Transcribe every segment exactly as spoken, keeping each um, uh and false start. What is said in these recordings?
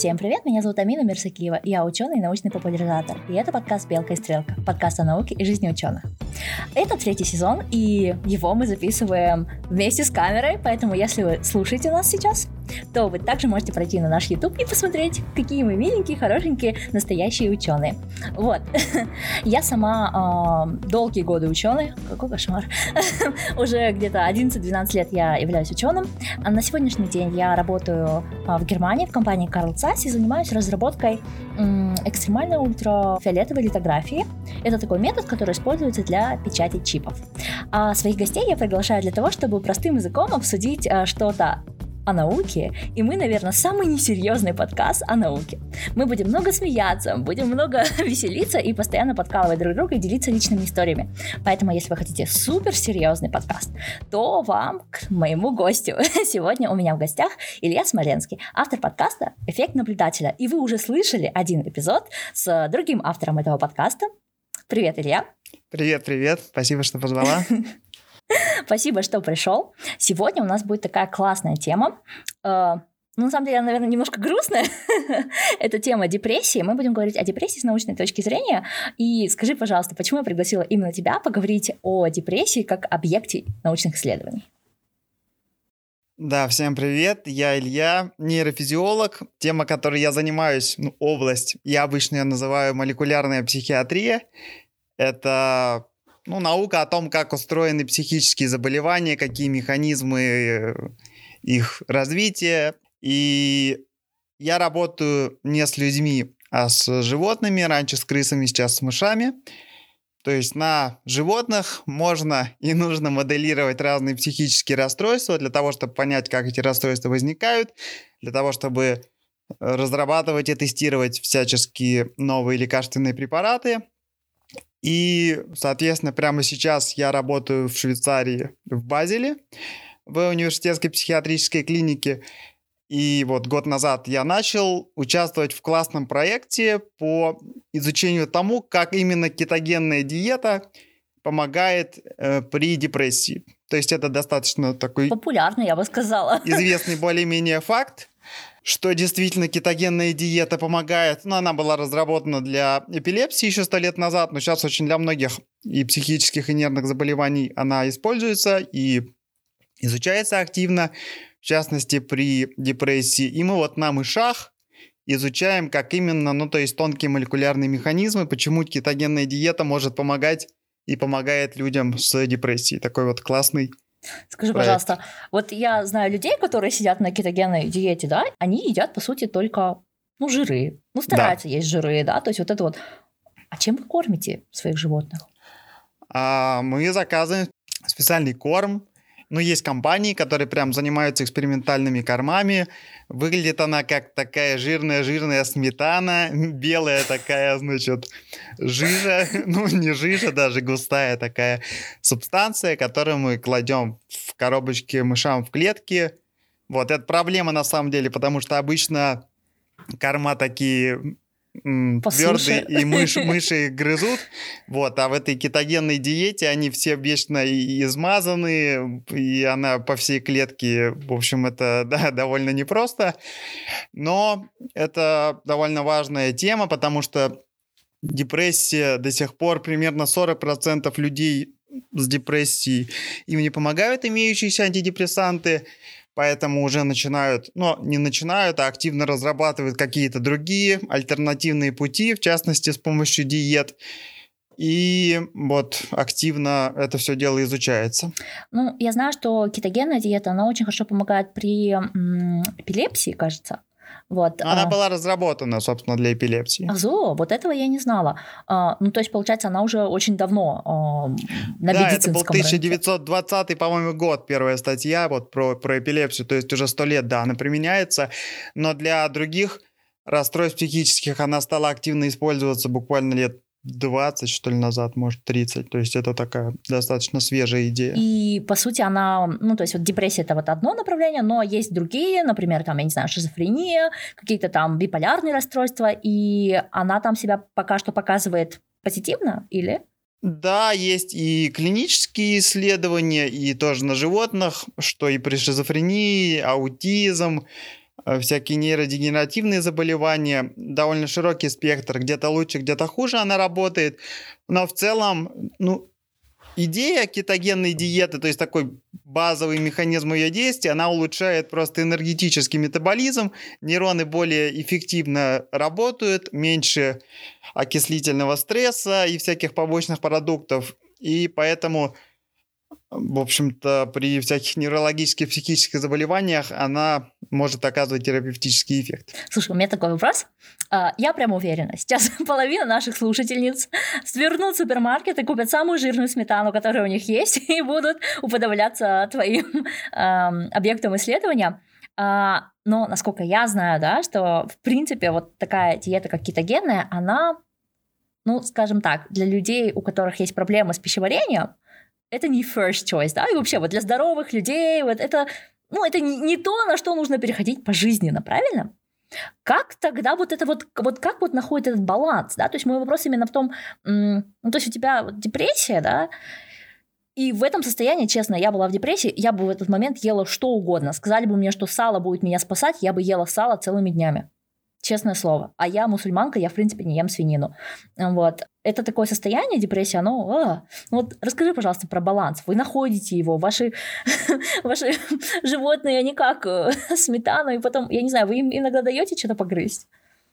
Всем привет, меня зовут Амина Мирсакиева, я ученый и научный популяризатор, и это подкаст «Белка и стрелка», подкаст о науке и жизни ученых. Это третий сезон, и его мы записываем вместе с камерой, поэтому если вы слушаете нас сейчас, то вы также можете пройти на наш YouTube и посмотреть, какие мы миленькие, хорошенькие, настоящие ученые. Вот. Я сама э, долгие годы ученый. Какой кошмар. Уже где-то одиннадцать-двенадцать лет я являюсь ученым. А на сегодняшний день я работаю э, в Германии, в компании Carl Zeiss, и занимаюсь разработкой э, экстремальной ультрафиолетовой литографии. Это такой метод, который используется для печати чипов. А своих гостей я приглашаю для того, чтобы простым языком обсудить э, что-то о науке, и мы, наверное, самый несерьезный подкаст о науке. Мы будем много смеяться, будем много веселиться и постоянно подкалывать друг друга и делиться личными историями. Поэтому, если вы хотите суперсерьезный подкаст, то вам к моему гостю. Сегодня у меня в гостях Илья Смоленский, автор подкаста «Эффект наблюдателя». И вы уже слышали один эпизод с другим автором этого подкаста. Привет, Илья. Привет, привет. Спасибо, что позвала. Спасибо, что пришел. Сегодня у нас будет такая классная тема. Ну, на самом деле, она, наверное, немножко грустная. Это тема депрессии. Мы будем говорить о депрессии с научной точки зрения. И скажи, пожалуйста, почему я пригласила именно тебя поговорить о депрессии как объекте научных исследований? Да, всем привет. Я Илья, нейрофизиолог. Тема, которой я занимаюсь, ну, область, я обычно ее называю молекулярная психиатрия. Это... Ну, наука о том, как устроены психические заболевания, какие механизмы их развития. И я работаю не с людьми, а с животными. Раньше с крысами, сейчас с мышами. То есть на животных можно и нужно моделировать разные психические расстройства для того, чтобы понять, как эти расстройства возникают, для того, чтобы разрабатывать и тестировать всяческие новые лекарственные препараты. И, соответственно, прямо сейчас я работаю в Швейцарии, в Базеле, в университетской психиатрической клинике. И вот год назад я начал участвовать в классном проекте по изучению тому, как именно кетогенная диета помогает э, при депрессии. То есть это достаточно такой... Популярный, я бы сказала. Известный более-менее факт, что действительно кетогенная диета помогает. Ну, она была разработана для эпилепсии еще сто лет назад, но сейчас очень для многих и психических, и нервных заболеваний она используется и изучается активно, в частности, при депрессии. И мы вот на мышах изучаем, как именно, ну, то есть тонкие молекулярные механизмы, почему кетогенная диета может помогать и помогает людям с депрессией. Такой вот классный Скажи, проект. Пожалуйста, вот я знаю людей, которые сидят на кетогенной диете, да, они едят, по сути, только, ну, жиры, ну, стараются да. есть жиры, да, то есть вот это вот. А чем вы кормите своих животных? А, мы заказываем специальный корм. Ну, есть компании, которые прям занимаются экспериментальными кормами. Выглядит она как такая жирная-жирная сметана, белая такая, значит, жижа, ну, не жижа, даже густая такая субстанция, которую мы кладем в коробочки мышам в клетки. Вот, это проблема на самом деле, потому что обычно корма такие... твердые, и мышь, мыши их грызут, вот, а в этой кетогенной диете они все вечно измазаны, и она по всей клетке, в общем, это, да, довольно непросто, но это довольно важная тема, потому что депрессия до сих пор примерно сорок процентов людей с депрессией, им не помогают имеющиеся антидепрессанты, поэтому уже начинают, ну, не начинают, а активно разрабатывают какие-то другие альтернативные пути, в частности, с помощью диет. И вот активно это все дело изучается. Ну, я знаю, что кетогенная диета, она очень хорошо помогает при м- эпилепсии, кажется. Вот. Она а... была разработана, собственно, для эпилепсии. Азо, вот этого я не знала. А, ну, то есть, получается, она уже очень давно а, на да, медицинском это был тысяча девятьсот двадцатый, по-моему, год, первая статья вот про, про эпилепсию, то есть уже сто лет, да, она применяется, но для других расстройств психических она стала активно использоваться буквально лет двадцать, что ли, назад, может, тридцать. То есть это такая достаточно свежая идея. И, по сути, она... Ну, то есть вот депрессия – это вот одно направление, но есть другие, например, там, я не знаю, шизофрения, какие-то там биполярные расстройства, и она там себя пока что показывает позитивно, или... Да, есть и клинические исследования, и тоже на животных, что и при шизофрении, аутизм, всякие нейродегенеративные заболевания, довольно широкий спектр, где-то лучше, где-то хуже она работает, но в целом, ну, идея кетогенной диеты, то есть такой базовый механизм ее действия, она улучшает просто энергетический метаболизм, нейроны более эффективно работают, меньше окислительного стресса и всяких побочных продуктов, и поэтому, в общем-то, при всяких неврологических, психических заболеваниях она может оказывать терапевтический эффект. Слушай, у меня такой вопрос. Я прям уверена, сейчас половина наших слушательниц свернут в супермаркет и купят самую жирную сметану, которая у них есть, и будут уподобляться твоим эм, объектам исследования. А, но, насколько я знаю, да, что, в принципе, вот такая диета, как кетогенная, она, ну, скажем так, для людей, у которых есть проблемы с пищеварением, это не first choice, да, и вообще вот для здоровых людей вот это, ну, это не, не то, на что нужно переходить пожизненно, правильно? Как тогда вот это вот, вот как вот находит этот баланс, да, то есть мой вопрос именно в том, м, ну, то есть у тебя вот депрессия, да, и в этом состоянии, честно, я была в депрессии, я бы в этот момент ела что угодно, сказали бы мне, что сало будет меня спасать, я бы ела сало целыми днями. Честное слово. А я мусульманка, я, в принципе, не ем свинину. Вот. Это такое состояние, депрессия, оно... А. Вот расскажи, пожалуйста, про баланс. Вы находите его, ваши, ваши животные, они как сметану, и потом, я не знаю, вы им иногда даете что-то погрызть?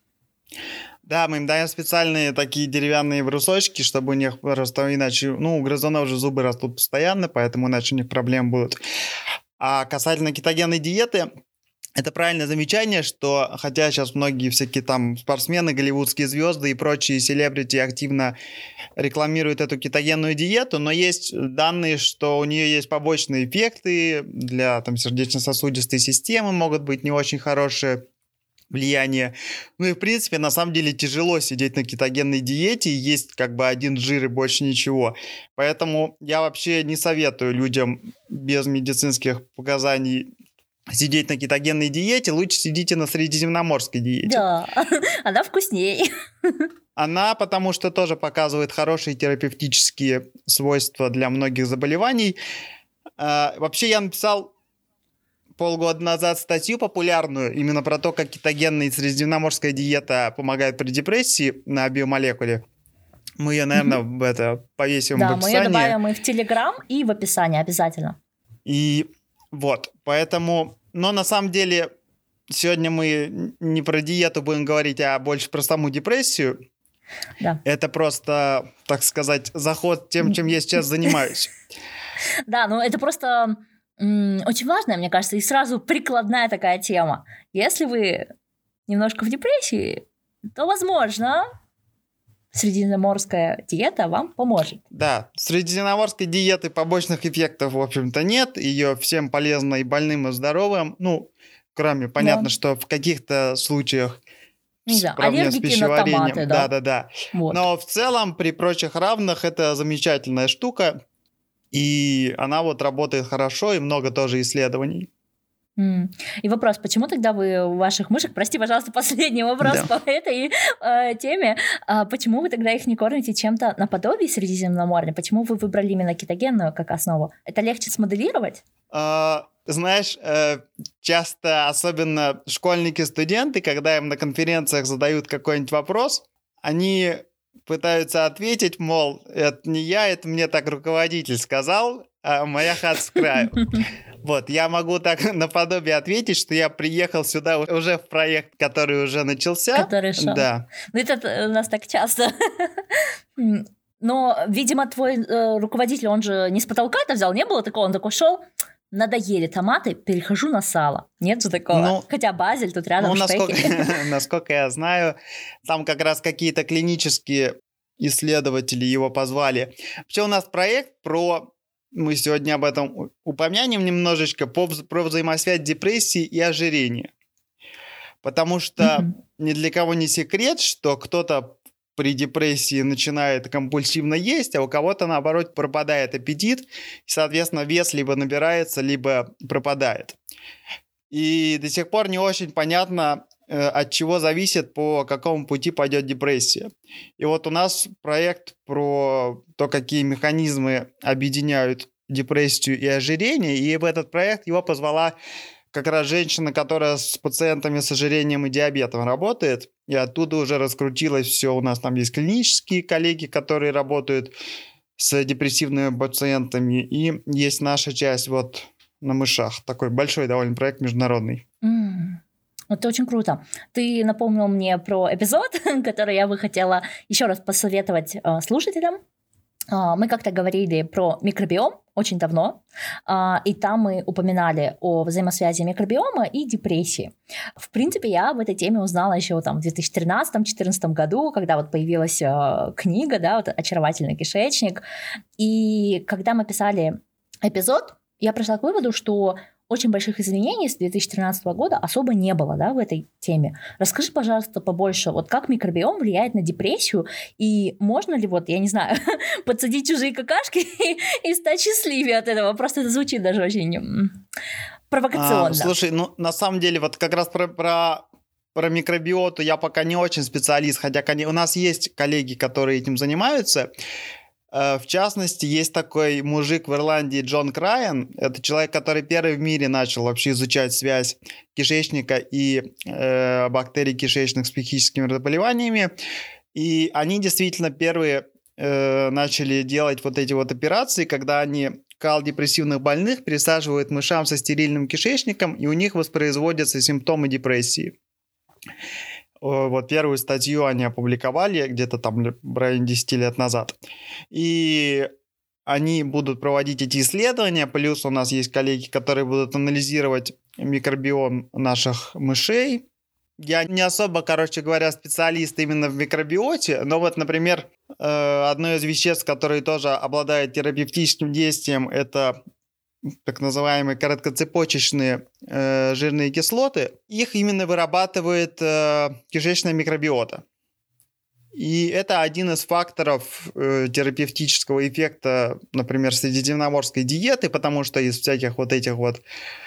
Да, мы им даем специальные такие деревянные брусочки, чтобы у них просто иначе... Ну, у грызунов уже зубы растут постоянно, поэтому иначе у них проблемы будут. А касательно кетогенной диеты... Это правильное замечание, что хотя сейчас многие всякие там спортсмены, голливудские звезды и прочие селебрити активно рекламируют эту кетогенную диету, но есть данные, что у нее есть побочные эффекты для там сердечно-сосудистой системы, могут быть не очень хорошие влияние. Ну и в принципе на самом деле тяжело сидеть на кетогенной диете и есть как бы один жир и больше ничего. Поэтому я вообще не советую людям без медицинских показаний сидеть на кетогенной диете, лучше сидите на средиземноморской диете. Да, она вкуснее. Она, потому что тоже показывает хорошие терапевтические свойства для многих заболеваний. А, вообще я написал полгода назад статью популярную именно про то, как кетогенная и средиземноморская диета помогает при депрессии на биомолекуле. Мы ее, наверное, mm-hmm. это повесим да, в описании. Да, мы ее добавим и в Телеграм, и в описании обязательно. И вот, поэтому... Но на самом деле сегодня мы не про диету будем говорить, а больше про саму депрессию. Да. Это просто, так сказать, заход тем, чем я сейчас занимаюсь. Да, ну это просто м- очень важная, мне кажется, и сразу прикладная такая тема. Если вы немножко в депрессии, то, возможно, средиземноморская диета вам поможет. Да, средиземноморской диеты побочных эффектов, в общем-то, нет. Ее всем полезно и больным, и здоровым. Ну, кроме, понятно, да. что в каких-то случаях не знаю, проблем с пищеварением. На томаты, да. Да-да-да. Вот. Но в целом, при прочих равных, это замечательная штука. И она вот работает хорошо, и много тоже исследований. И вопрос, почему тогда вы у ваших мышек, прости, пожалуйста, последний вопрос да. по этой э, теме, а почему вы тогда их не кормите чем-то наподобие средиземноморной? Почему вы выбрали именно кетогенную как основу? Это легче смоделировать? А, знаешь, э, часто, особенно школьники, студенты, когда им на конференциях задают какой-нибудь вопрос, они пытаются ответить, мол, это не я, это мне так руководитель сказал, а моя хата с краю. Вот, я могу так наподобие ответить, что я приехал сюда уже в проект, который уже начался. Который шел. Да. Ну, это у нас так часто. Но, видимо, твой э, руководитель, он же не с потолка это взял, не было такого, он такой шел, надоели томаты, перехожу на сало. Нет же такого. Ну, хотя Базель тут рядом ну, в штеке. Насколько, насколько я знаю, там как раз какие-то клинические исследователи его позвали. Вообще у нас проект про... Мы сегодня об этом упомянем немножечко, по, про взаимосвязь депрессии и ожирения. Потому что mm-hmm. ни для кого не секрет, что кто-то при депрессии начинает компульсивно есть, а у кого-то, наоборот, пропадает аппетит, и, соответственно, вес либо набирается, либо пропадает. И до сих пор не очень понятно, от чего зависит, по какому пути пойдет депрессия. И вот у нас проект про то, какие механизмы объединяют депрессию и ожирение, и в этот проект его позвала как раз женщина, которая с пациентами с ожирением и диабетом работает, и оттуда уже раскрутилось все. У нас там есть клинические коллеги, которые работают с депрессивными пациентами, и есть наша часть вот на мышах. Такой большой довольно проект международный. Mm. Это очень круто. Ты напомнил мне про эпизод, который я бы хотела еще раз посоветовать э, слушателям. Э, мы как-то говорили про микробиом очень давно, э, и там мы упоминали о взаимосвязи микробиома и депрессии. В принципе, я об этой теме узнала еще там, в две тысячи тринадцатом — две тысячи четырнадцатом году, когда вот появилась э, книга, да, вот «Очаровательный кишечник». И когда мы писали эпизод, я пришла к выводу, что очень больших изменений с две тысячи тринадцатого года особо не было, да, в этой теме. Расскажи, пожалуйста, побольше, вот как микробиом влияет на депрессию, и можно ли, вот, я не знаю, подсадить чужие какашки и стать счастливее от этого? Просто это звучит даже очень провокационно. А, слушай, ну, на самом деле, вот как раз про, про, про микробиоту я пока не очень специалист, хотя у нас есть коллеги, которые этим занимаются. В частности, есть такой мужик в Ирландии Джон Крайен. Это человек, который первый в мире начал вообще изучать связь кишечника и э, бактерий кишечных с психическими заболеваниями. И они действительно первые э, начали делать вот эти вот операции, когда они кал-депрессивных больных пересаживают мышам со стерильным кишечником, и у них воспроизводятся симптомы депрессии. Вот первую статью они опубликовали где-то там в районе десять лет назад. И они будут проводить эти исследования, плюс у нас есть коллеги, которые будут анализировать микробиом наших мышей. Я не особо, короче говоря, специалист именно в микробиоте, но вот, например, одно из веществ, которые тоже обладают терапевтическим действием, это так называемые короткоцепочечные э, жирные кислоты. Их именно вырабатывает э, кишечная микробиота. И это один из факторов э, терапевтического эффекта, например, средиземноморской диеты, потому что из всяких вот этих вот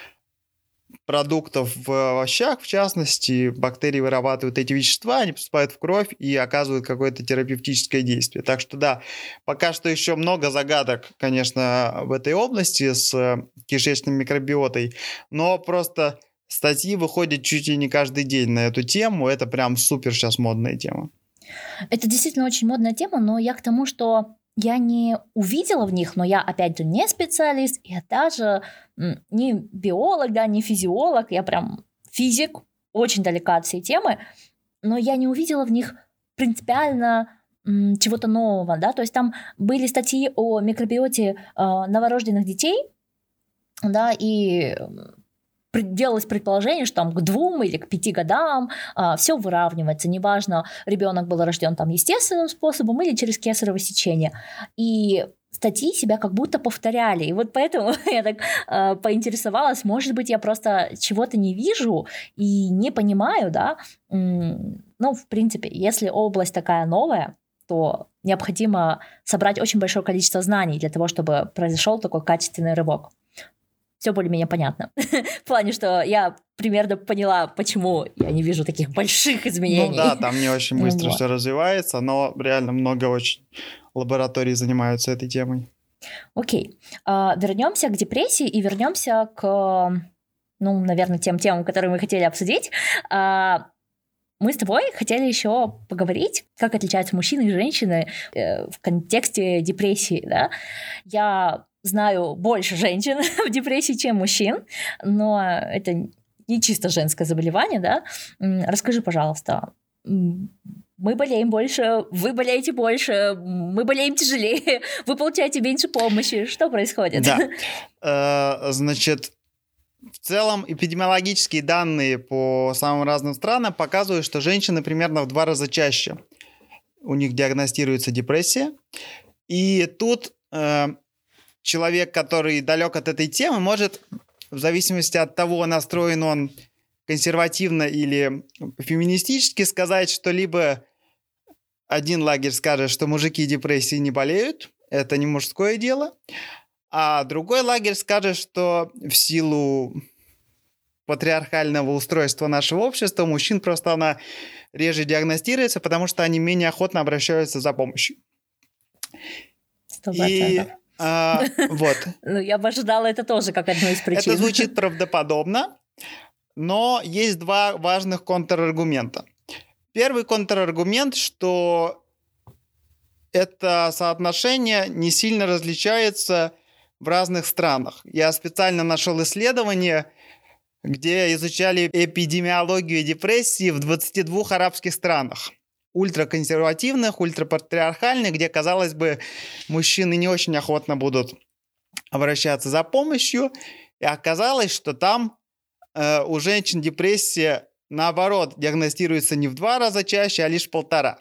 продуктов в овощах, в частности, бактерии вырабатывают эти вещества, они поступают в кровь и оказывают какое-то терапевтическое действие. Так что да, пока что еще много загадок, конечно, в этой области с кишечной микробиотой, но просто статьи выходят чуть ли не каждый день на эту тему, это прям супер сейчас модная тема. Это действительно очень модная тема, но я к тому, что я не увидела в них, но я, опять же, не специалист, я даже не биолог, да, не физиолог, я прям физик, очень далека от всей темы, но я не увидела в них принципиально м, чего-то нового, да, то есть там были статьи о микробиоте э, новорожденных детей, да, и делалось предположение, что там к двум или к пяти годам а, все выравнивается, неважно, ребенок был рожден там естественным способом или через кесарево сечение. И статьи себя как будто повторяли. И вот поэтому я так а, поинтересовалась, может быть, я просто чего-то не вижу и не понимаю, да. Ну, в принципе, если область такая новая, то необходимо собрать очень большое количество знаний для того, чтобы произошел такой качественный рывок. Все более-менее понятно. В плане, что я примерно поняла, почему я не вижу таких больших изменений. Ну да, там не очень быстро вот. все развивается, но реально много очень лабораторий занимаются этой темой. Окей. А, вернемся к депрессии и вернемся к, ну, наверное, тем темам, которые мы хотели обсудить. А, мы с тобой хотели еще поговорить, как отличаются мужчины и женщины э, в контексте депрессии. Да? Я знаю больше женщин в депрессии, чем мужчин, но это не чисто женское заболевание, да? Расскажи, пожалуйста, мы болеем больше, вы болеете больше, мы болеем тяжелее, вы получаете меньше помощи. Что происходит? Да, значит, в целом эпидемиологические данные по самым разным странам показывают, что женщины примерно в два раза чаще у них диагностируется депрессия. И тут человек, который далек от этой темы, может, в зависимости от того, настроен он консервативно или феминистически, сказать, что либо один лагерь скажет, что мужики депрессии не болеют, это не мужское дело, а другой лагерь скажет, что в силу патриархального устройства нашего общества мужчин просто она реже диагностируется, потому что они менее охотно обращаются за помощью. сто процентов. А, вот. Ну, я бы ожидала это тоже как одну из причин. Это звучит правдоподобно, Но есть два важных контраргумента. Первый контраргумент, что это соотношение не сильно различается в разных странах. Я специально нашел исследование, где изучали эпидемиологию депрессии в двадцати двух арабских странах. Ультраконсервативных, ультрапатриархальных, где, казалось бы, мужчины не очень охотно будут обращаться за помощью. И оказалось, что там э, у женщин депрессия, наоборот, диагностируется не в два раза чаще, а лишь в полтора.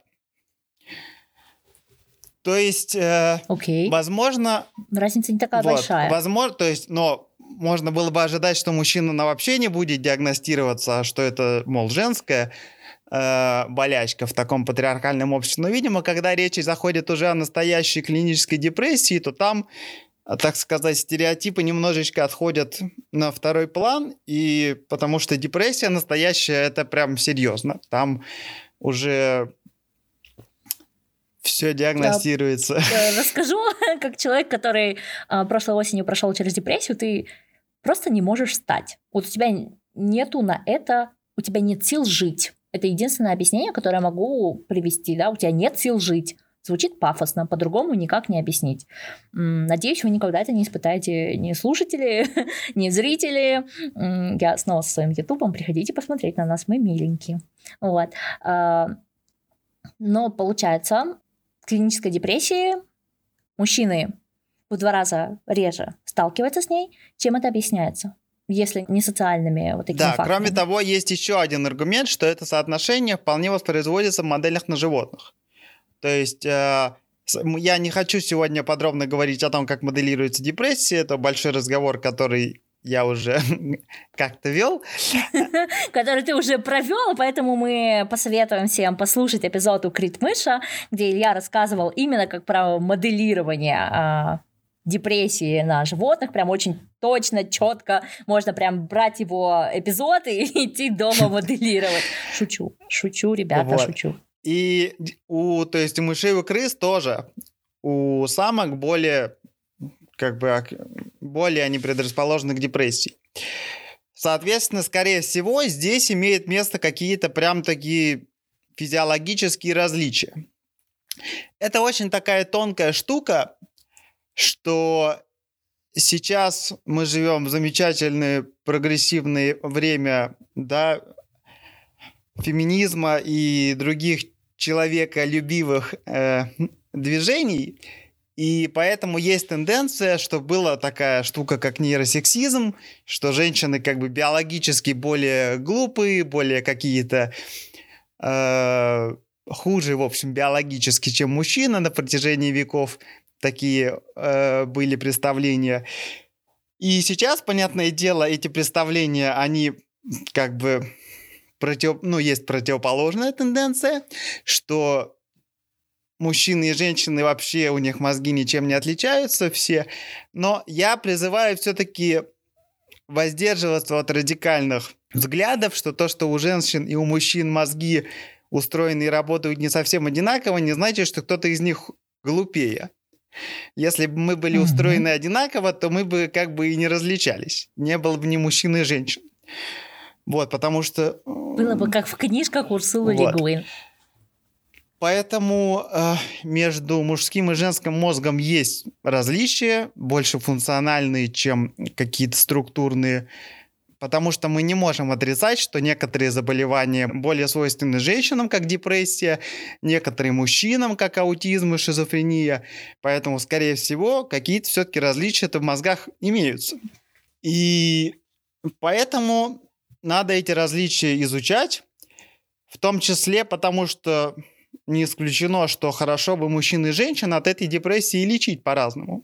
То есть, э, okay. возможно... Разница не такая вот, большая. Возможно, то есть, но можно было бы ожидать, что мужчина вообще не будет диагностироваться, что это, мол, женская э, болячка в таком патриархальном обществе. Но, видимо, когда речь заходит уже о настоящей клинической депрессии, то там, так сказать, стереотипы немножечко отходят на второй план, и потому что депрессия настоящая, это прям серьезно. Там уже... Все диагностируется. Я расскажу, как человек, который а, прошлой осенью прошел через депрессию, ты просто не можешь встать. Вот у тебя нету на это, у тебя нет сил жить. Это единственное объяснение, которое я могу привести, да, у тебя нет сил жить. Звучит пафосно, по-другому никак не объяснить. Надеюсь, вы никогда это не испытаете, ни слушатели, ни зрители. Я снова со своим ютубом, приходите посмотреть на нас, мы миленькие. Вот. Но получается, в клинической депрессии мужчины в два раза реже сталкиваются с ней. Чем это объясняется? Если не социальными вот такими да, факторами. Кроме того, есть еще один аргумент, что это соотношение вполне воспроизводится в моделях на животных. То есть э, я не хочу сегодня подробно говорить о том, как моделируется депрессия. Это большой разговор, который я уже как-то вел. Который ты уже провел, поэтому мы посоветуем всем послушать эпизод у Критмыша, где Илья рассказывал именно как про моделирование а, депрессии на животных, прям очень точно, четко, можно прям брать его эпизод и идти дома моделировать. Шучу, шучу, ребята, вот. шучу. И у, то есть у мышей и у крыс тоже, у самок более... как бы более они предрасположены к депрессии. Соответственно, скорее всего, здесь имеют место какие-то прям такие физиологические различия. Это очень такая тонкая штука, что сейчас мы живем в замечательное прогрессивное время, да, феминизма и других человеколюбивых э, движений. И поэтому есть тенденция, что была такая штука, как нейросексизм, что женщины как бы биологически более глупые, более какие-то э, хуже, в общем, биологически, чем мужчина. На протяжении веков такие э, были представления. И сейчас, понятное дело, эти представления, они как бы против... ну, есть противоположная тенденция, что мужчины и женщины вообще, у них мозги ничем не отличаются все. Но я призываю все-таки воздерживаться от радикальных взглядов, что то, что у женщин и у мужчин мозги устроены и работают не совсем одинаково, не значит, что кто-то из них глупее. Если бы мы были устроены mm-hmm. одинаково, то мы бы как бы и не различались. Не было бы ни мужчин, ни женщин. Вот, потому что... Было бы как в книжках Урсулы вот. Ле Гуин. Поэтому э, между мужским и женским мозгом есть различия, больше функциональные, чем какие-то структурные, потому что мы не можем отрицать, что некоторые заболевания более свойственны женщинам, как депрессия, некоторые мужчинам, как аутизм и шизофрения. Поэтому, скорее всего, какие-то все-таки различия-то в мозгах имеются. И поэтому надо эти различия изучать, в том числе потому, что не исключено, что хорошо бы мужчин и женщин от этой депрессии лечить по-разному.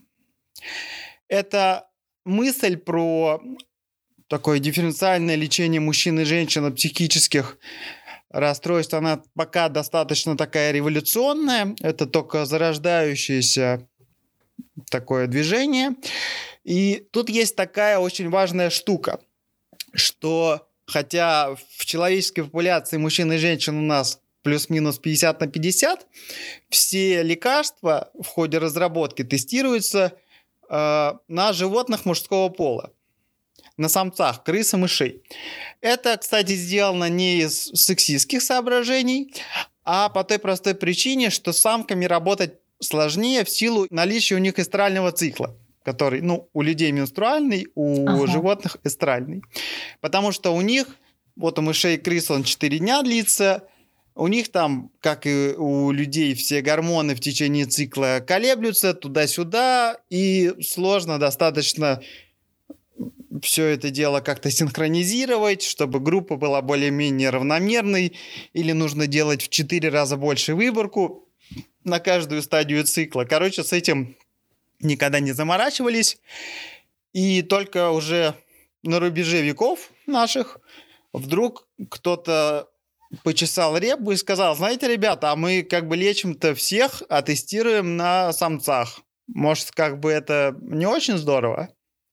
Это мысль про такое дифференциальное лечение мужчин и женщин от психических расстройств, она пока достаточно такая революционная. Это только зарождающееся такое движение. И тут есть такая очень важная штука, что хотя в человеческой популяции мужчин и женщин у нас плюс-минус пятьдесят на пятьдесят, все лекарства в ходе разработки тестируются э, на животных мужского пола. на самцах крыс и мышей. Это, кстати, сделано не из сексистских соображений, а по той простой причине, что с самками работать сложнее в силу наличия у них эстрального цикла, который, ну, у людей менструальный, у ага. животных эстральный. Потому что у них, вот у мышей и крыс он четыре дня длится, у них там, как и у людей, все гормоны в течение цикла колеблются туда-сюда, и сложно достаточно все это дело как-то синхронизировать, чтобы группа была более-менее равномерной, или нужно делать в четыре раза больше выборку на каждую стадию цикла. Короче, с этим никогда не заморачивались, и только уже на рубеже веков наших вдруг кто-то почесал репу и сказал: знаете, ребята, а мы как бы лечим-то всех, а тестируем на самцах. Может, как бы это не очень здорово?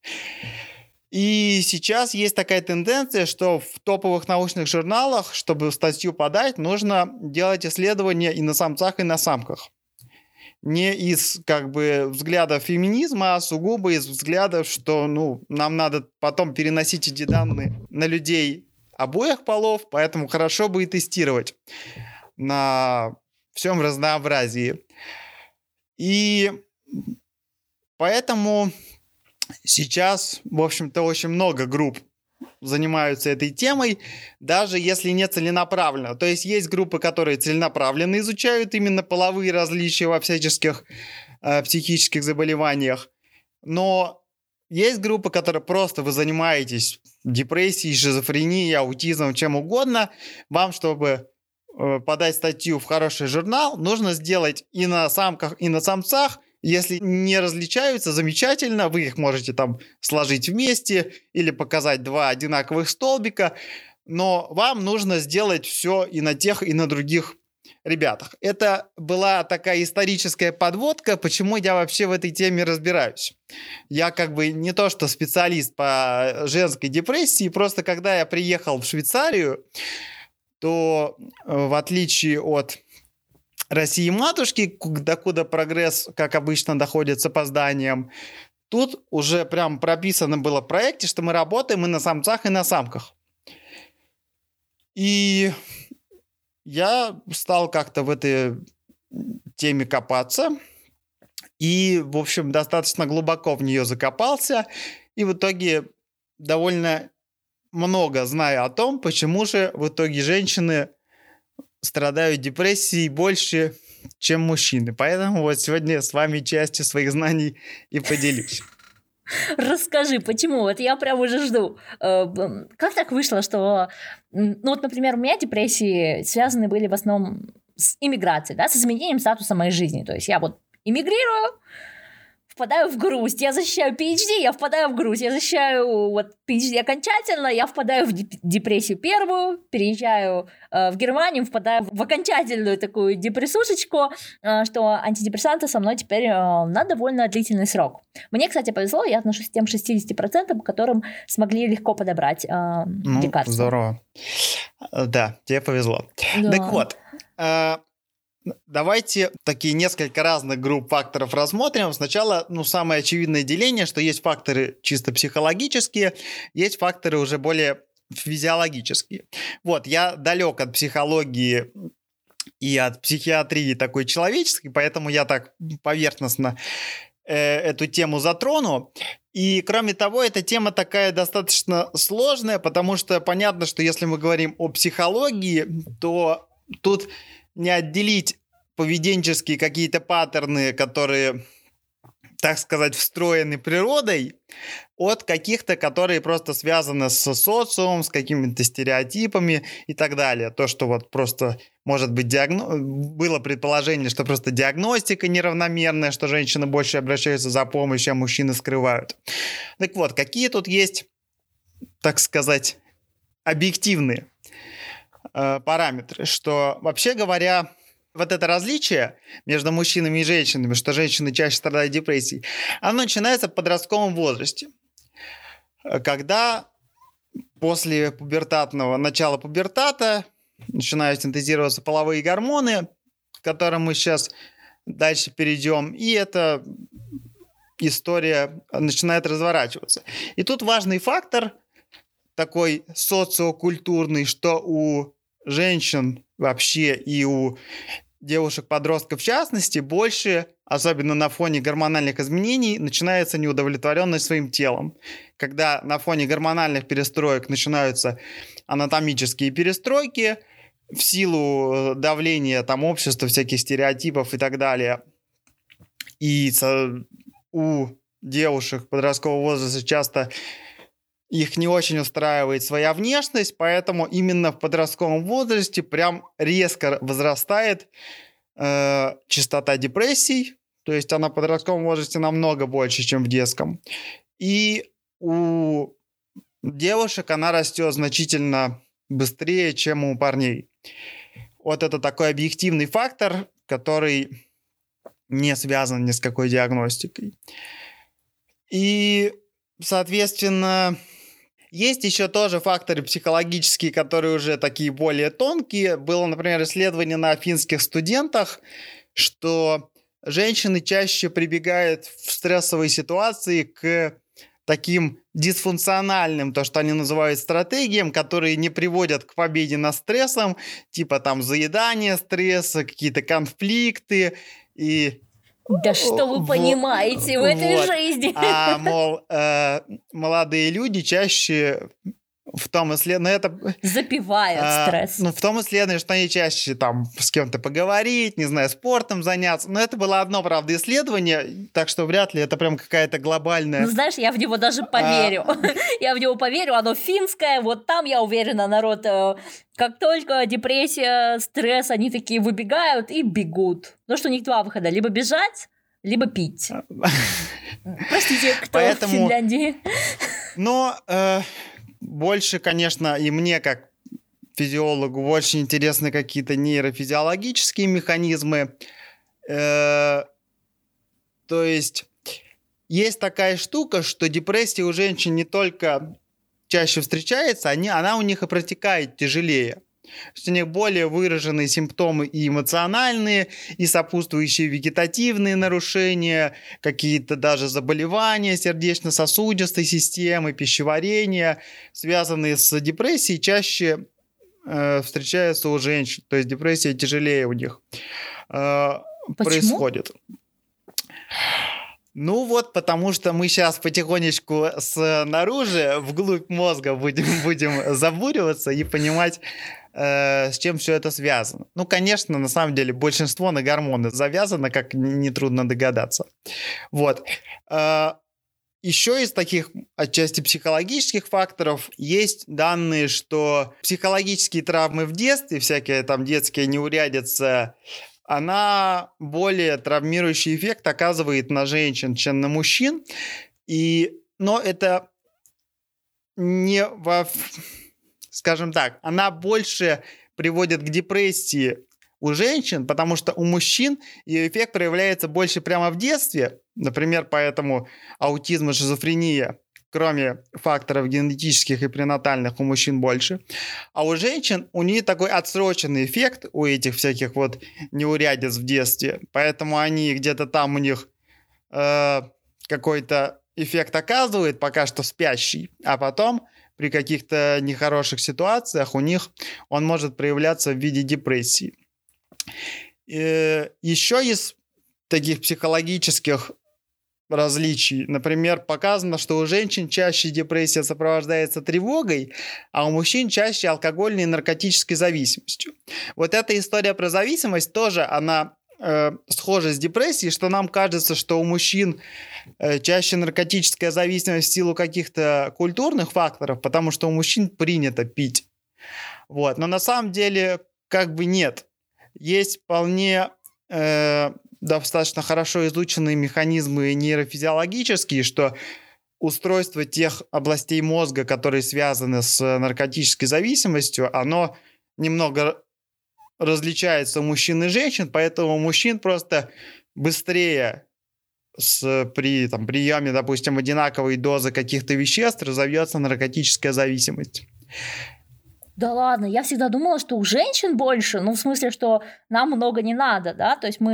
И сейчас есть такая тенденция, что в топовых научных журналах, чтобы статью подать, нужно делать исследования и на самцах, и на самках. Не из как бы взглядов феминизма, а сугубо из взглядов, что ну, нам надо потом переносить эти данные на людей обоих полов, поэтому хорошо бы и тестировать на всем разнообразии. И поэтому сейчас, в общем-то, очень много групп занимаются этой темой, даже если не целенаправленно. То есть есть группы, которые целенаправленно изучают именно половые различия во всяческих э, психических заболеваниях, но есть группы, которые просто вы занимаетесь депрессией, шизофренией, аутизмом, чем угодно. Вам, чтобы э, подать статью в хороший журнал, нужно сделать и на самках, и на самцах. Если не различаются, замечательно, вы их можете там сложить вместе или показать два одинаковых столбика, но вам нужно сделать все и на тех, и на других ребятах. Это была такая историческая подводка, почему я вообще в этой теме разбираюсь. Я как бы не то что специалист по женской депрессии, просто когда я приехал в Швейцарию, то в отличие от России матушки, докуда прогресс, как обычно, доходит с опозданием, тут уже прям прописано было в проекте, что мы работаем и на самцах, и на самках. И я стал как-то в этой теме копаться и, в общем, достаточно глубоко в нее закопался, и в итоге довольно много знаю о том, почему же в итоге женщины страдают депрессией больше, чем мужчины. Поэтому вот сегодня я с вами частью своих знаний и поделюсь. Расскажи, почему? Вот я прям уже жду. Как так вышло, что... Ну вот, например, у меня депрессии связаны были в основном с иммиграцией, да, с изменением статуса моей жизни. То есть я вот иммигрирую, впадаю в грусть, я защищаю пи эйч ди, я впадаю в грусть, я защищаю вот пи эйч ди окончательно, я впадаю в депрессию первую, переезжаю э, в Германию, впадаю в окончательную такую депрессушечку, э, что антидепрессанты со мной теперь э, на довольно длительный срок. Мне, кстати, повезло, я отношусь к тем шестьдесят процентов, которым смогли легко подобрать э, ну, лекарства. Здорово. Да, тебе повезло. Да. Так вот, э, давайте такие несколько разных групп факторов рассмотрим. Сначала, ну, самое очевидное деление, что есть факторы чисто психологические, есть факторы уже более физиологические. Вот, я далек от психологии и от психиатрии такой человеческой, поэтому я так поверхностно э, эту тему затрону. И, кроме того, эта тема такая достаточно сложная, потому что понятно, что если мы говорим о психологии, то тут не отделить поведенческие какие-то паттерны, которые, так сказать, встроены природой, от каких-то, которые просто связаны с социумом, с какими-то стереотипами и так далее. То, что вот просто, может быть, диагно... было предположение, что просто диагностика неравномерная, что женщины больше обращаются за помощью, а мужчины скрывают. Так вот, какие тут есть, так сказать, объективные параметры, что, вообще говоря, вот это различие между мужчинами и женщинами, что женщины чаще страдают депрессией, оно начинается в подростковом возрасте, когда после пубертатного, начала пубертата начинают синтезироваться половые гормоны, к которым мы сейчас дальше перейдем, и это история начинает разворачиваться. И тут важный фактор такой социокультурный, что у женщин вообще и у девушек-подростков в частности больше, особенно на фоне гормональных изменений, начинается неудовлетворенность своим телом. Когда на фоне гормональных перестроек начинаются анатомические перестройки, в силу давления там, общества, всяких стереотипов и так далее, и у девушек подросткового возраста часто их не очень устраивает своя внешность, поэтому именно в подростковом возрасте прям резко возрастает э, частота депрессий, то есть она в подростковом возрасте намного больше, чем в детском. И у девушек она растет значительно быстрее, чем у парней. Вот это такой объективный фактор, который не связан ни с какой диагностикой. И, соответственно, есть еще тоже факторы психологические, которые уже такие более тонкие. Было, например, исследование на финских студентах, что женщины чаще прибегают в стрессовой ситуации к таким дисфункциональным, то, что они называют стратегиям, которые не приводят к победе над стрессом, типа там заедание стресса, какие-то конфликты и... Да что вы вот, понимаете в этой вот. жизни? А, мол, э, молодые люди чаще в том исследовании... Это, запивают э, стресс. Ну, в том исследовании, что они чаще там с кем-то поговорить, не знаю, спортом заняться. Но это было одно, правда, исследование, так что вряд ли это прям какая-то глобальная... Ну, знаешь, я в него даже поверю. А... я в него поверю, оно финское, вот там, я уверена, народ... Как только депрессия, стресс, они такие выбегают и бегут. Потому что у них два выхода. Либо бежать, либо пить. Простите, кто Поэтому... в Финляндии. Но э, больше, конечно, и мне, как физиологу, больше интересны какие-то нейрофизиологические механизмы. Э, то есть есть такая штука, что депрессия у женщин не только... чаще встречается, они, она у них и протекает тяжелее. То есть у них более выраженные симптомы и эмоциональные, и сопутствующие вегетативные нарушения, какие-то даже заболевания сердечно-сосудистой системы, пищеварения, связанные с депрессией, чаще э, встречаются у женщин. То есть депрессия тяжелее у них э, происходит. Ну вот, потому что мы сейчас потихонечку снаружи, вглубь мозга будем, будем забуриваться и понимать, э, с чем все это связано. Ну, конечно, на самом деле большинство на гормоны завязано, как нетрудно догадаться. Вот. Э, еще из таких отчасти психологических факторов есть данные, что психологические травмы в детстве, всякие там детские неурядицы, она более травмирующий эффект оказывает на женщин, чем на мужчин. И, но это не во... Скажем так, она больше приводит к депрессии у женщин, потому что у мужчин ее эффект проявляется больше прямо в детстве. Например, поэтому аутизм и шизофрения, кроме факторов генетических и пренатальных, у мужчин больше. А у женщин, у них такой отсроченный эффект у этих всяких вот неурядиц в детстве. Поэтому они где-то там у них э, какой-то эффект оказывает, пока что спящий. А потом при каких-то нехороших ситуациях у них он может проявляться в виде депрессии. Э, еще из таких психологических различий. Например, показано, что у женщин чаще депрессия сопровождается тревогой, а у мужчин чаще алкогольной и наркотической зависимостью. Вот эта история про зависимость тоже, она э, схожа с депрессией, что нам кажется, что у мужчин э, чаще наркотическая зависимость в силу каких-то культурных факторов, потому что у мужчин принято пить. Вот. Но на самом деле как бы нет. Есть вполне... Э, достаточно хорошо изученные механизмы нейрофизиологические, что устройство тех областей мозга, которые связаны с наркотической зависимостью, оно немного различается у мужчин и женщин, поэтому у мужчин просто быстрее с, при там, приеме, допустим, одинаковой дозы каких-то веществ разовьется наркотическая зависимость. Да ладно, я всегда думала, что у женщин больше, ну в смысле, что нам много не надо, да, то есть мы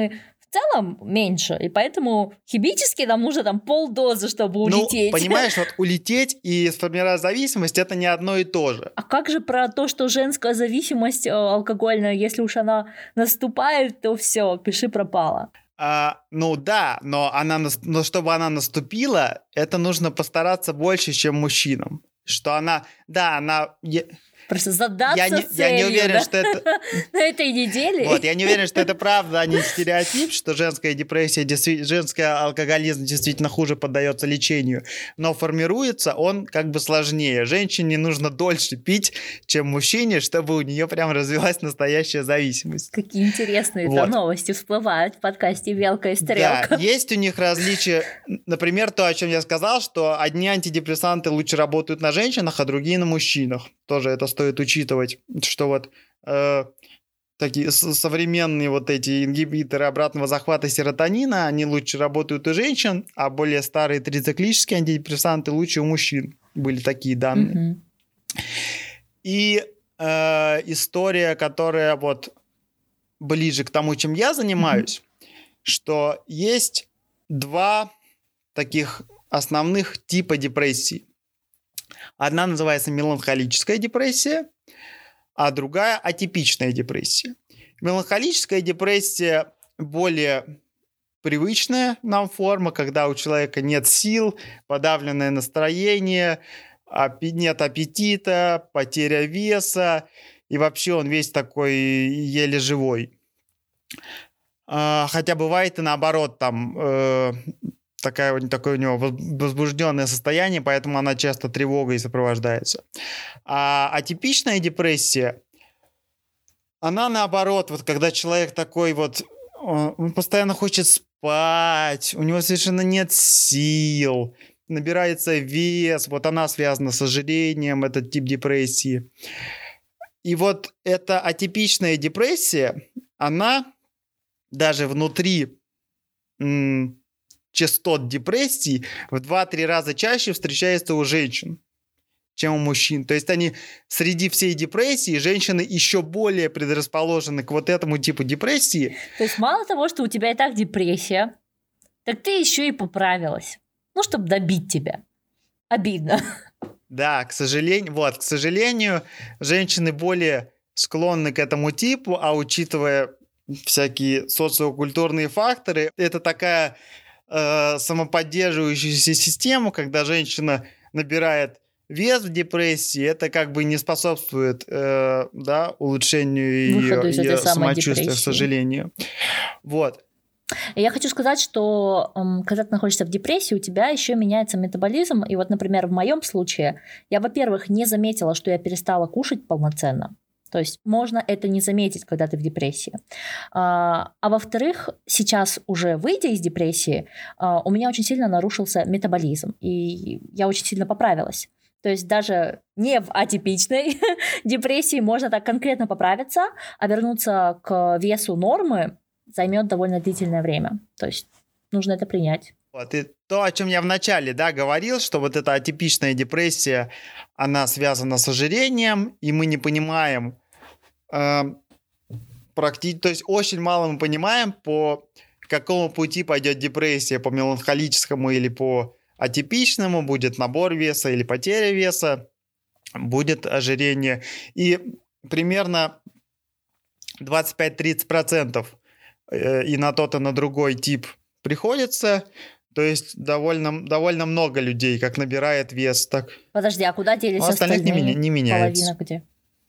целом меньше, и поэтому химически нам нужно там полдозы, чтобы улететь. Ну, понимаешь, вот улететь и сформировать зависимость — это не одно и то же. А как же про то, что женская зависимость э, алкогольная, если уж она наступает, то все, пиши пропало. А, ну да, но, она, но чтобы она наступила, это нужно постараться больше, чем мужчинам. Что она, да, она... Просто задаться я не, целью, я не уверен, да? что это... На этой неделе. Вот, я не уверен, что это правда, а не стереотип, что женская депрессия, действи... женский алкоголизм действительно хуже поддается лечению. Но формируется он как бы сложнее. Женщине нужно дольше пить, чем мужчине, чтобы у нее прям развилась настоящая зависимость. Какие интересные Вот. новости всплывают в подкасте «Белка и стрелка». Да, есть у них различия. Например, то, о чем я сказал, что одни антидепрессанты лучше работают на женщинах, а другие на мужчинах. Тоже это стоит учитывать, что вот э, такие современные вот эти ингибиторы обратного захвата серотонина, они лучше работают у женщин, а более старые трициклические антидепрессанты лучше у мужчин. Были такие данные. Mm-hmm. И э, история, которая вот ближе к тому, чем я занимаюсь, mm-hmm. что есть два таких основных типа депрессии. Одна называется меланхолическая депрессия, а другая атипичная депрессия. Меланхолическая депрессия более привычная нам форма, когда у человека нет сил, подавленное настроение, нет аппетита, потеря веса, и вообще он весь такой еле живой. Хотя бывает и наоборот, там... Такая, такое у него возбужденное состояние, поэтому она часто тревогой сопровождается. А атипичная депрессия, она наоборот, вот когда человек такой вот, он постоянно хочет спать, у него совершенно нет сил, набирается вес, вот она связана с ожирением, этот тип депрессии. И вот эта атипичная депрессия, она даже внутри... М- частот депрессии в два-три раза чаще встречается у женщин, чем у мужчин. То есть они среди всей депрессии, женщины еще более предрасположены к вот этому типу депрессии. То есть мало того, что у тебя и так депрессия, так ты еще и поправилась. Ну, чтобы добить тебя. Обидно. Да, к сожалению, вот, к сожалению, женщины более склонны к этому типу, а учитывая всякие социокультурные факторы, это такая... самоподдерживающуюся систему, когда женщина набирает вес в депрессии, это как бы не способствует э, да, улучшению ее, ее самочувствия, к сожалению. Вот. Я хочу сказать, что когда ты находишься в депрессии, у тебя еще меняется метаболизм. И вот, например, в моем случае, я, во-первых, не заметила, что я перестала кушать полноценно. То есть можно это не заметить, когда ты в депрессии. А, а во-вторых, сейчас уже выйдя из депрессии, а, у меня очень сильно нарушился метаболизм, и я очень сильно поправилась. То есть даже не в атипичной депрессии можно так конкретно поправиться, а вернуться к весу нормы займет довольно длительное время. То есть нужно это принять. Вот, и то, о чем я вначале, да, говорил, что вот эта атипичная депрессия, она связана с ожирением, и мы не понимаем, э, практи... то есть очень мало мы понимаем, по какому пути пойдет депрессия, по меланхолическому или по атипичному, будет набор веса или потеря веса, будет ожирение. И примерно двадцать пять-тридцать процентов и на тот, и на другой тип приходится. То есть довольно, довольно много людей, как набирает вес, так... Подожди, а куда делись остальные? остальные? Не, не меняется. Половина где?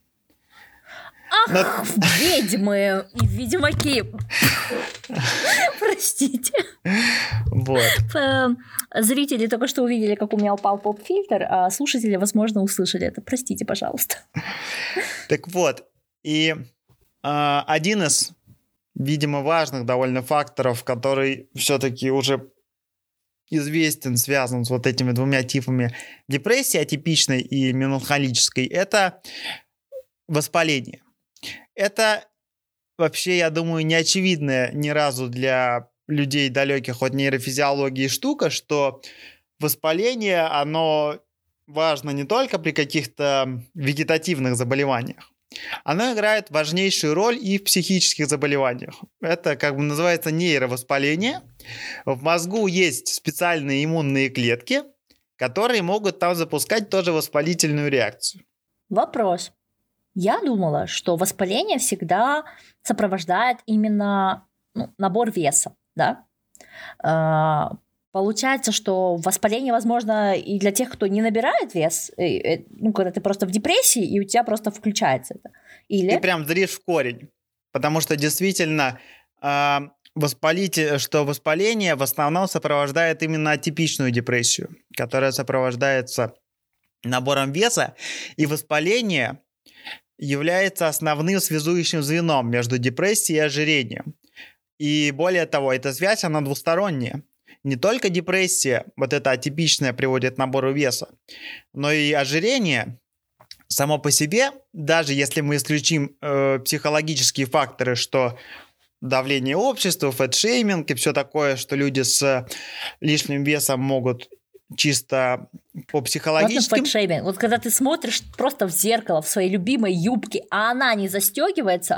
Ах, Но... ведьмы и ведьмаки. Простите. Вот. Зрители только что увидели, как у меня упал поп-фильтр, а слушатели, возможно, услышали это. Простите, пожалуйста. Так вот, и э, один из, видимо, важных довольно факторов, который все-таки уже известен, связан с вот этими двумя типами депрессии, атипичной и меланхолической, это воспаление. Это вообще, я думаю, не очевидная ни разу для людей, далеких от нейрофизиологии, штука, что воспаление, оно важно не только при каких-то вегетативных заболеваниях, оно играет важнейшую роль и в психических заболеваниях. Это как бы называется нейровоспаление. В мозгу есть специальные иммунные клетки, которые могут там запускать тоже воспалительную реакцию. Вопрос. Я думала, что воспаление всегда сопровождает именно ну, набор веса, да? А, получается, что воспаление возможно и для тех, кто не набирает вес, ну, когда ты просто в депрессии, и у тебя просто включается это. Или... Ты прям зришь в корень, потому что действительно э, воспалите, что воспаление в основном сопровождает именно атипичную депрессию, которая сопровождается набором веса, и воспаление является основным связующим звеном между депрессией и ожирением. И более того, эта связь, она двусторонняя. Не только депрессия, вот эта атипичная, приводит к набору веса, но и ожирение само по себе, даже если мы исключим э, психологические факторы, что давление общества, фэтшейминг и все такое, что люди с лишним весом могут чисто по психологическим... Вот, фэтшейминг. Вот когда ты смотришь просто в зеркало в своей любимой юбке, а она не застегивается,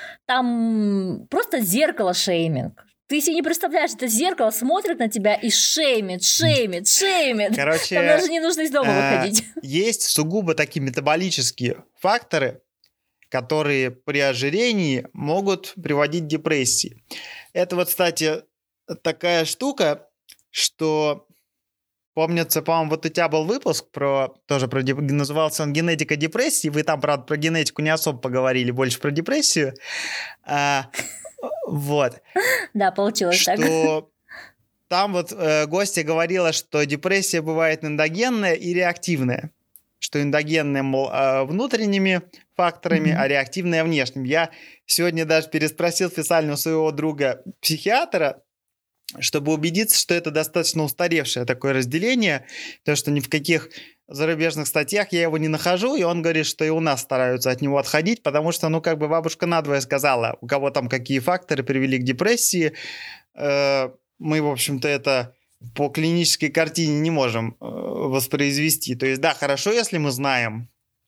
там просто зеркало шейминг. Ты себе не представляешь, это зеркало смотрит на тебя и шеймит, шеймит, шеймит. Короче, там даже не нужно из дома э- выходить. Есть сугубо такие метаболические факторы, которые при ожирении могут приводить к депрессии. Это вот, кстати, такая штука, что... Помнится, по-моему, вот у тебя был выпуск про тоже про назывался он «Генетика депрессии». Вы там, правда, про генетику не особо поговорили, больше про депрессию. А, вот. Да, получилось что так. Что там вот э, гостья говорила, что депрессия бывает эндогенная и реактивная. Что эндогенная, мол, э, внутренними факторами, mm-hmm. а реактивная внешними. Я сегодня даже переспросил специально у своего друга-психиатра, чтобы убедиться, что это достаточно устаревшее такое разделение, потому что ни в каких зарубежных статьях я его не нахожу, и он говорит, что и у нас стараются от него отходить, потому что, ну, как бы бабушка надвое сказала, у кого там какие факторы привели к депрессии. Э, мы, в общем-то, это по клинической картине не можем э, воспроизвести. То есть, да, хорошо, если мы знаем,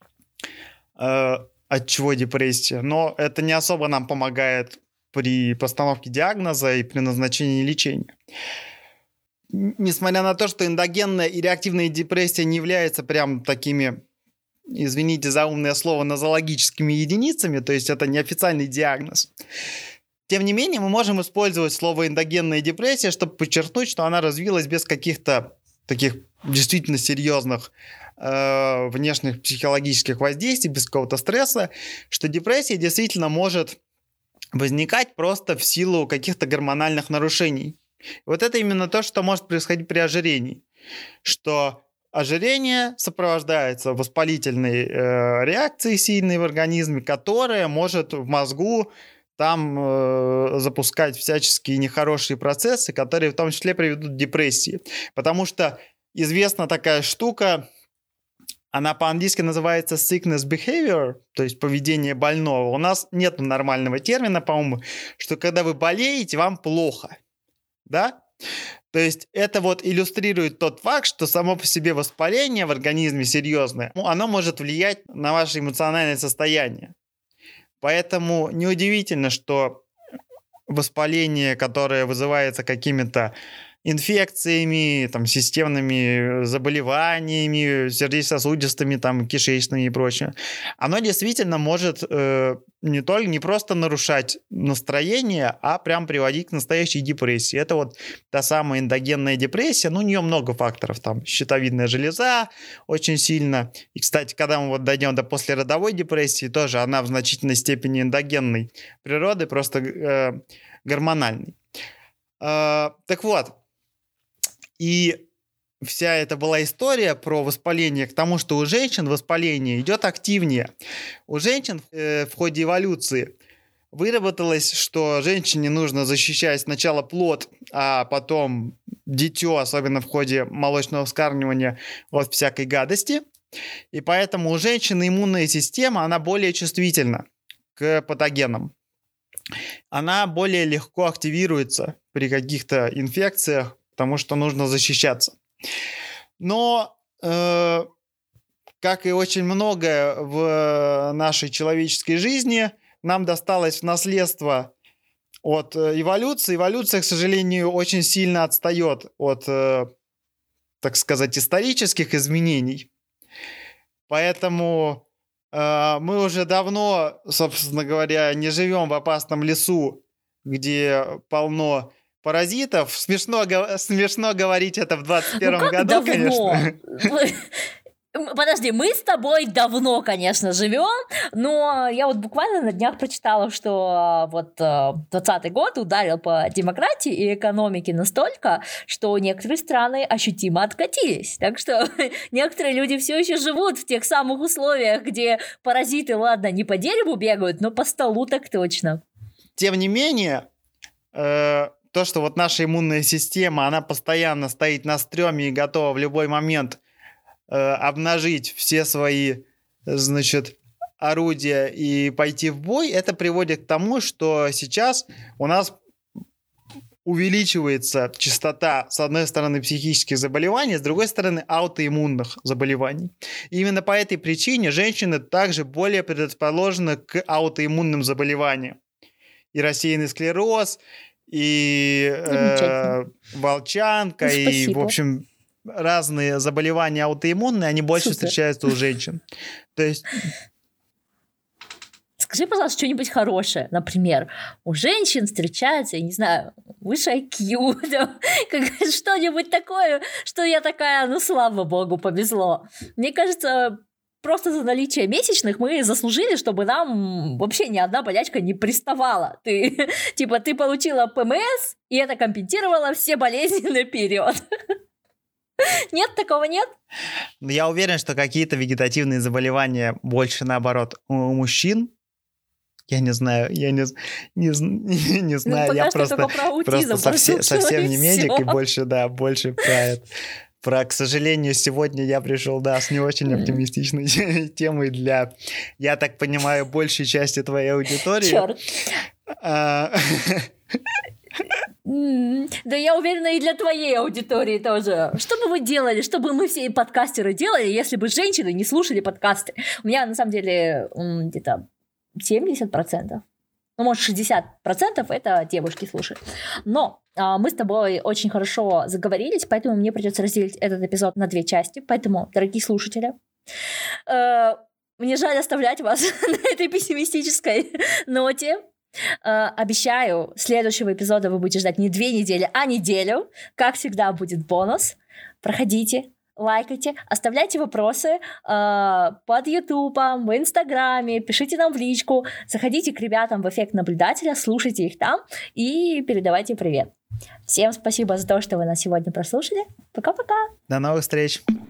э, от чего депрессия, но это не особо нам помогает при постановке диагноза и при назначении лечения. Несмотря на то, что эндогенная и реактивная депрессия не являются прям такими, извините за умное слово, нозологическими единицами, то есть это неофициальный диагноз, тем не менее мы можем использовать слово эндогенная депрессия, чтобы подчеркнуть, что она развилась без каких-то таких действительно серьезных э, внешних психологических воздействий, без какого-то стресса, что депрессия действительно может возникать просто в силу каких-то гормональных нарушений. Вот это именно то, что может происходить при ожирении. Что ожирение сопровождается воспалительной э, реакцией сильной в организме, которая может в мозгу там э, запускать всяческие нехорошие процессы, которые в том числе приведут к депрессии. Потому что известна такая штука, она по-английски называется sickness behavior, то есть поведение больного. У нас нет нормального термина, по-моему, что когда вы болеете, вам плохо. Да? То есть это вот иллюстрирует тот факт, что само по себе воспаление в организме серьезное, оно может влиять на ваше эмоциональное состояние. Поэтому неудивительно, что воспаление, которое вызывается какими-то инфекциями, там, системными заболеваниями, сердечно-сосудистыми, там, кишечными и прочее, оно действительно может э, не только, не просто нарушать настроение, а прям приводить к настоящей депрессии. Это вот та самая эндогенная депрессия, ну, у нее много факторов, там, щитовидная железа очень сильно. И, кстати, когда мы вот дойдем до послеродовой депрессии, тоже она в значительной степени эндогенной природы, просто э, гормональной. Э, так вот, и вся эта была история про воспаление к тому, что у женщин воспаление идет активнее. У женщин э, в ходе эволюции выработалось, что женщине нужно защищать сначала плод, а потом дитё, особенно в ходе молочного вскармливания, от всякой гадости. И поэтому у женщины иммунная система, она более чувствительна к патогенам. Она более легко активируется при каких-то инфекциях, потому что нужно защищаться. Но э, как и очень многое в нашей человеческой жизни, нам досталось в наследство от эволюции. Эволюция, к сожалению, очень сильно отстает от, так сказать, исторических изменений. Поэтому э, мы уже давно, собственно говоря, не живем в опасном лесу, где полно паразитов. Смешно, смешно говорить это в двадцать первом ну, году, давно? Конечно. Подожди, мы с тобой давно, конечно, живем, но я вот буквально на днях прочитала, что вот двадцатый год ударил по демократии и экономике настолько, что некоторые страны ощутимо откатились. Так что некоторые люди все еще живут в тех самых условиях, где паразиты, ладно, не по дереву бегают, но по столу так точно. Тем не менее, э, то, что вот наша иммунная система, она постоянно стоит на стреме и готова в любой момент обнажить все свои, значит, орудия и пойти в бой, это приводит к тому, что сейчас у нас увеличивается частота, с одной стороны, психических заболеваний, с другой стороны, аутоиммунных заболеваний. И именно по этой причине женщины также более предрасположены к аутоиммунным заболеваниям. И рассеянный склероз, и э, волчанка, ну, и, в общем... разные заболевания аутоиммунные, они больше Супер. встречаются у женщин. То есть... Скажи, пожалуйста, что-нибудь хорошее. Например, у женщин встречается, я не знаю, выше ай кью, что-нибудь такое, что я такая, ну, слава богу, повезло. Мне кажется, просто за наличие месячных мы заслужили, чтобы нам вообще ни одна болячка не приставала. Ты, типа, ты получила ПМС, и это компенсировало все болезни наперед. Нет, такого нет? Я уверен, что какие-то вегетативные заболевания больше наоборот у мужчин. Я не знаю, я не, не, не, не знаю, ну, я просто, просто совсем, совсем не медик и, и больше, да, больше про это. Про, к сожалению, сегодня я пришел, да, с не очень оптимистичной mm. темой для, я так понимаю, большей части твоей аудитории. Черт. Mm, да я уверена, и для твоей аудитории тоже. Что бы вы делали, что бы мы все подкастеры делали, если бы женщины не слушали подкасты? У меня, на самом деле, где-то семьдесят процентов, ну, может, шестьдесят процентов это девушки слушают. Но а, мы с тобой очень хорошо заговорились, поэтому мне придется разделить этот эпизод на две части. Поэтому, дорогие слушатели, э, мне жаль оставлять вас на этой пессимистической ноте. Uh, обещаю, следующего эпизода вы будете ждать не две недели, а неделю. Как всегда, будет бонус. Проходите, лайкайте, оставляйте вопросы uh, под ютубом, в инстаграме, пишите нам в личку, заходите к ребятам в эффект наблюдателя, слушайте их там и передавайте привет. Всем спасибо за то, что вы нас сегодня прослушали. Пока-пока. До новых встреч.